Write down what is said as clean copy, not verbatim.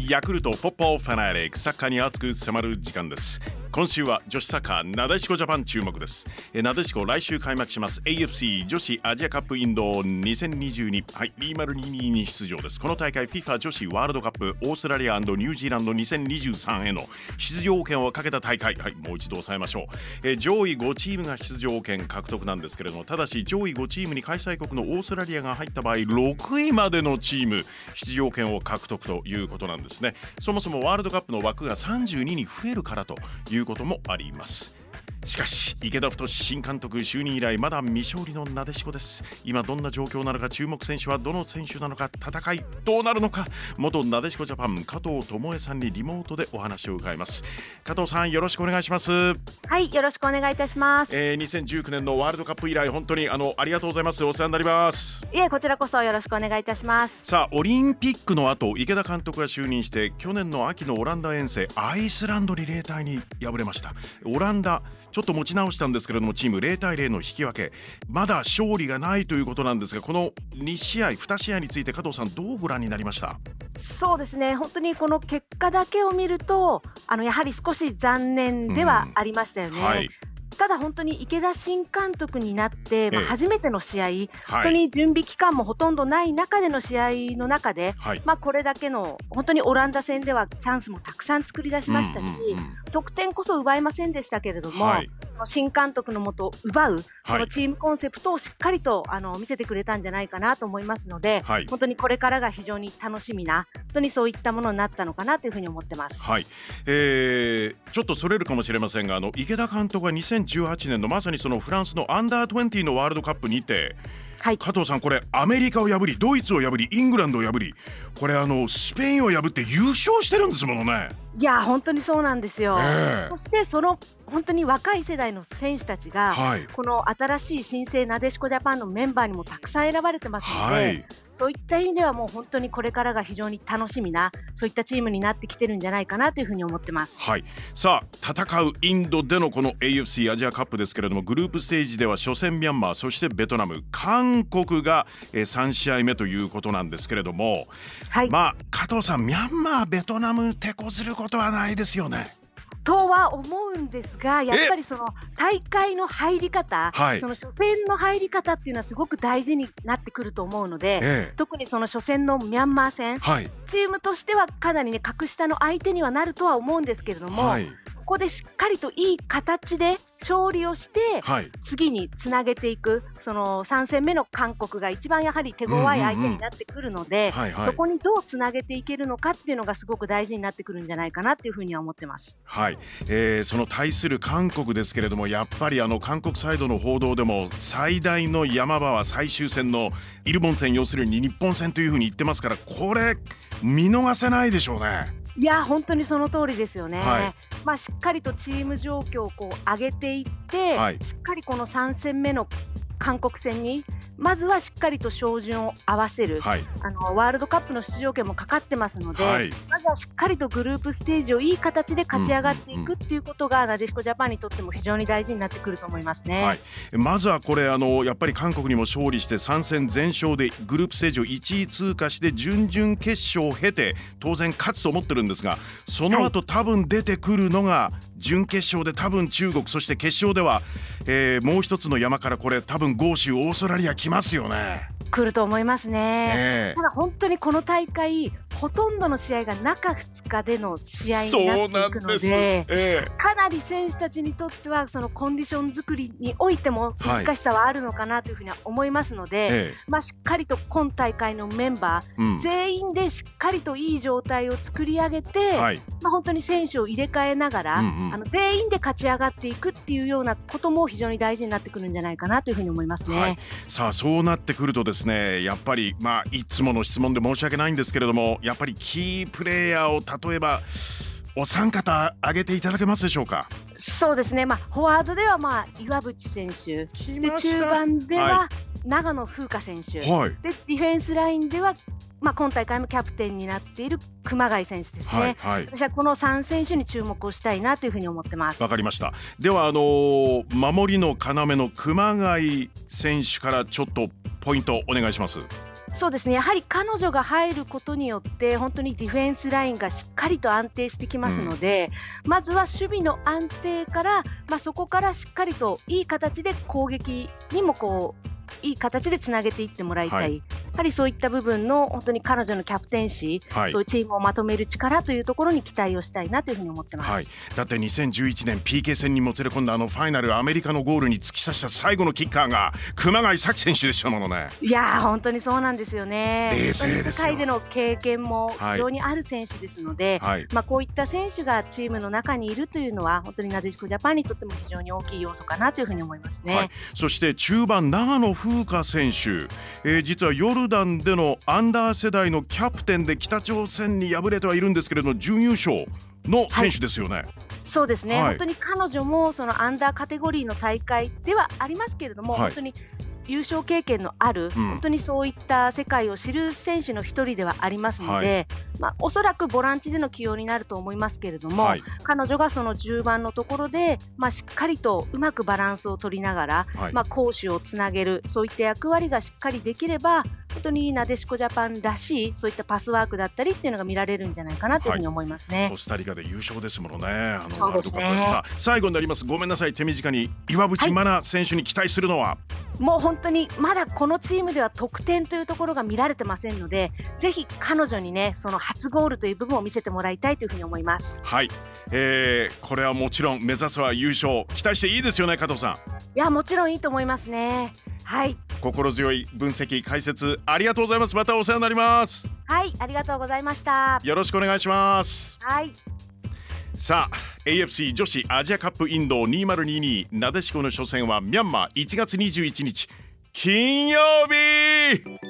ヤクルトフォッポーファナリック、サッカーに熱く迫る時間です。今週は女子サッカーなでしこジャパン注目です。なでしこ来週開幕します AFC 女子アジアカップインド2022、2022に出場です。この大会 FIFA 女子ワールドカップオーストラリア&ニュージーランド2023への出場権をかけた大会、もう一度押さえましょう。上位5チームが出場権獲得なんですけれども、ただし上位5チームに開催国のオーストラリアが入った場合6位までのチーム出場権を獲得ということなんですね。そもそもワールドカップの枠が32に増えるからということもあります。しかし池田太新監督就任以来まだ未勝利のなでしこです。今どんな状況なのか、注目選手はどの選手なのか、戦いどうなるのか、元なでしこジャパン加藤智恵さんにリモートでお話を伺います。加藤さん、よろしくお願いします。 はい、よろしくお願いいたします。 2019年のワールドカップ以来本当にありがとうございます。お世話になります。 いえ、こちらこそよろしくお願いいたします。 さあ、オリンピックの後池田監督が就任して去年の秋のオランダ遠征アイスランドに0対に敗れました。オランダちょっと持ち直したんですけれども、チーム0対0の引き分け、まだ勝利がないということなんですが、この2試合について加藤さんどうご覧になりました？ そうですね、本当にこの結果だけを見るとやはり少し残念ではありましたよね。ただ本当に池田新監督になって、初めての試合、本当に準備期間もほとんどない中での試合の中で、これだけの本当にオランダ戦ではチャンスもたくさん作り出しましたし、得点こそ奪えませんでしたけれども、新監督のもと奪うこのチームコンセプトをしっかりと見せてくれたんじゃないかなと思いますので、本当にこれからが非常に楽しみな、本当にそういったものになったのかなというふうに思ってます。 ちょっとそれるかもしれませんが、池田監督が2018年のまさにそのフランスのアンダー20のワールドカップにて、加藤さん、これアメリカを破り、ドイツを破り、イングランドを破り、これスペインを破って優勝してるんですものね。 いや本当にそうなんですよ。そしてその本当に若い世代の選手たちが、この新しい新生なでしこジャパンのメンバーにもたくさん選ばれてますので、そういった意味ではもう本当にこれからが非常に楽しみな、そういったチームになってきてるんじゃないかなというふうに思ってます。 さあ、戦うインドでのこの AFC アジアカップですけれども、グループステージでは初戦ミャンマー、そしてベトナム、韓国が3試合目ということなんですけれども、加藤さん、ミャンマー、ベトナム手こずることはないですよね。 とは思うんですが、やっぱりその大会の入り方、その初戦の入り方っていうのはすごく大事になってくると思うので、特にその初戦のミャンマー戦、チームとしてはかなりね、格下の相手にはなるとは思うんですけれども、ここでしっかりといい形で勝利をして、次につなげていく、その3戦目の韓国が一番やはり手強い相手になってくるので、そこにどうつなげていけるのかっていうのがすごく大事になってくるんじゃないかなっていうふうには思ってます。 その対する韓国ですけれども、やっぱり韓国サイドの報道でも最大の山場は最終戦のイルボン戦、要するに日本戦というふうに言ってますから、これ見逃せないでしょうね。 いや本当にその通りですよね。しっかりとチーム状況を上げていって、しっかりこの3戦目の韓国戦にまずはしっかりと照準を合わせる、ワールドカップの出場権もかかってますので、まずはしっかりとグループステージをいい形で勝ち上がっていくっていうことがなでしこジャパンにとっても非常に大事になってくると思いますね。 まずはこれやっぱり韓国にも勝利して3戦全勝でグループステージを1位通過して準々決勝を経て当然勝つと思ってるんですが、その後多分出てくるのが準決勝で多分中国、そして決勝では、もう一つの山からこれ多分豪州オーストラリア来ますよね。 来ると思いますね。ただ本当にこの大会ほとんどの試合が中2日での試合になっていくので、かなり選手たちにとってはそのコンディション作りにおいても難しさはあるのかなというふうには思いますので、しっかりと今大会のメンバー、全員でしっかりといい状態を作り上げて、本当に選手を入れ替えながら、全員で勝ち上がっていくっていうようなことも非常に大事になってくるんじゃないかなというふうに思いますね。 さあ、そうなってくるとですね、やっぱりいつもの質問で申し訳ないんですけれども、やっぱりキープレーヤーを例えばお三方挙げていただけますでしょうか？ そうですね、フォワードでは岩渕選手で、中盤では長野風花選手、でディフェンスラインでは今大会もキャプテンになっている熊谷選手ですね。私はこの3選手に注目をしたいなというふうに思ってます。 わかりました。では守りの要の熊谷選手からちょっとポイントお願いします。 そうですね、やはり彼女が入ることによって本当にディフェンスラインがしっかりと安定してきますので、まずは守備の安定から、そこからしっかりといい形で攻撃にもいい形でつなげていってもらいたい、やはりそういった部分の本当に彼女のキャプテンシー、そういうチームをまとめる力というところに期待をしたいなというふうに思ってます、 だって2011年 PK 戦にもつれ込んだファイナルアメリカのゴールに突き刺した最後のキッカーが熊谷紗希選手でしたものね。 いや本当にそうなんですよね。 冷静ですよ。 世界での経験も非常にある選手ですので、こういった選手がチームの中にいるというのは本当になでしこジャパンにとっても非常に大きい要素かなというふうに思いますね、 そして中盤長野風花選手、実はヨルダンでのアンダー世代のキャプテンで北朝鮮に敗れてはいるんですけれども準優勝の選手ですよね。 そうですね、本当に彼女もそのアンダーカテゴリーの大会ではありますけれども、本当に優勝経験のある、本当にそういった世界を知る選手の一人ではありますので、おそらくボランチでの起用になると思いますけれども、彼女がその10番のところで、しっかりとうまくバランスを取りながら、攻守をつなげる、そういった役割がしっかりできれば本当になでしこジャパンらしいそういったパスワークだったりっていうのが見られるんじゃないかなというふうに思いますね、 コスタリカで優勝ですものね。 そうですね。 さあ最後になります。ごめんなさい、手短に岩渕真奈選手に期待するのは、 もう本当にまだこのチームでは得点というところが見られてませんので、ぜひ彼女にねその初ゴールという部分を見せてもらいたいというふうに思います。 これはもちろん目指すは優勝、期待していいですよね加藤さん。 いやもちろんいいと思いますね。 心強い分析解説ありがとうございます。またお世話になります。 ありがとうございました。 よろしくお願いします。さあ AFC 女子アジアカップインド2022なでしこの初戦はミャンマー1月21日金曜日。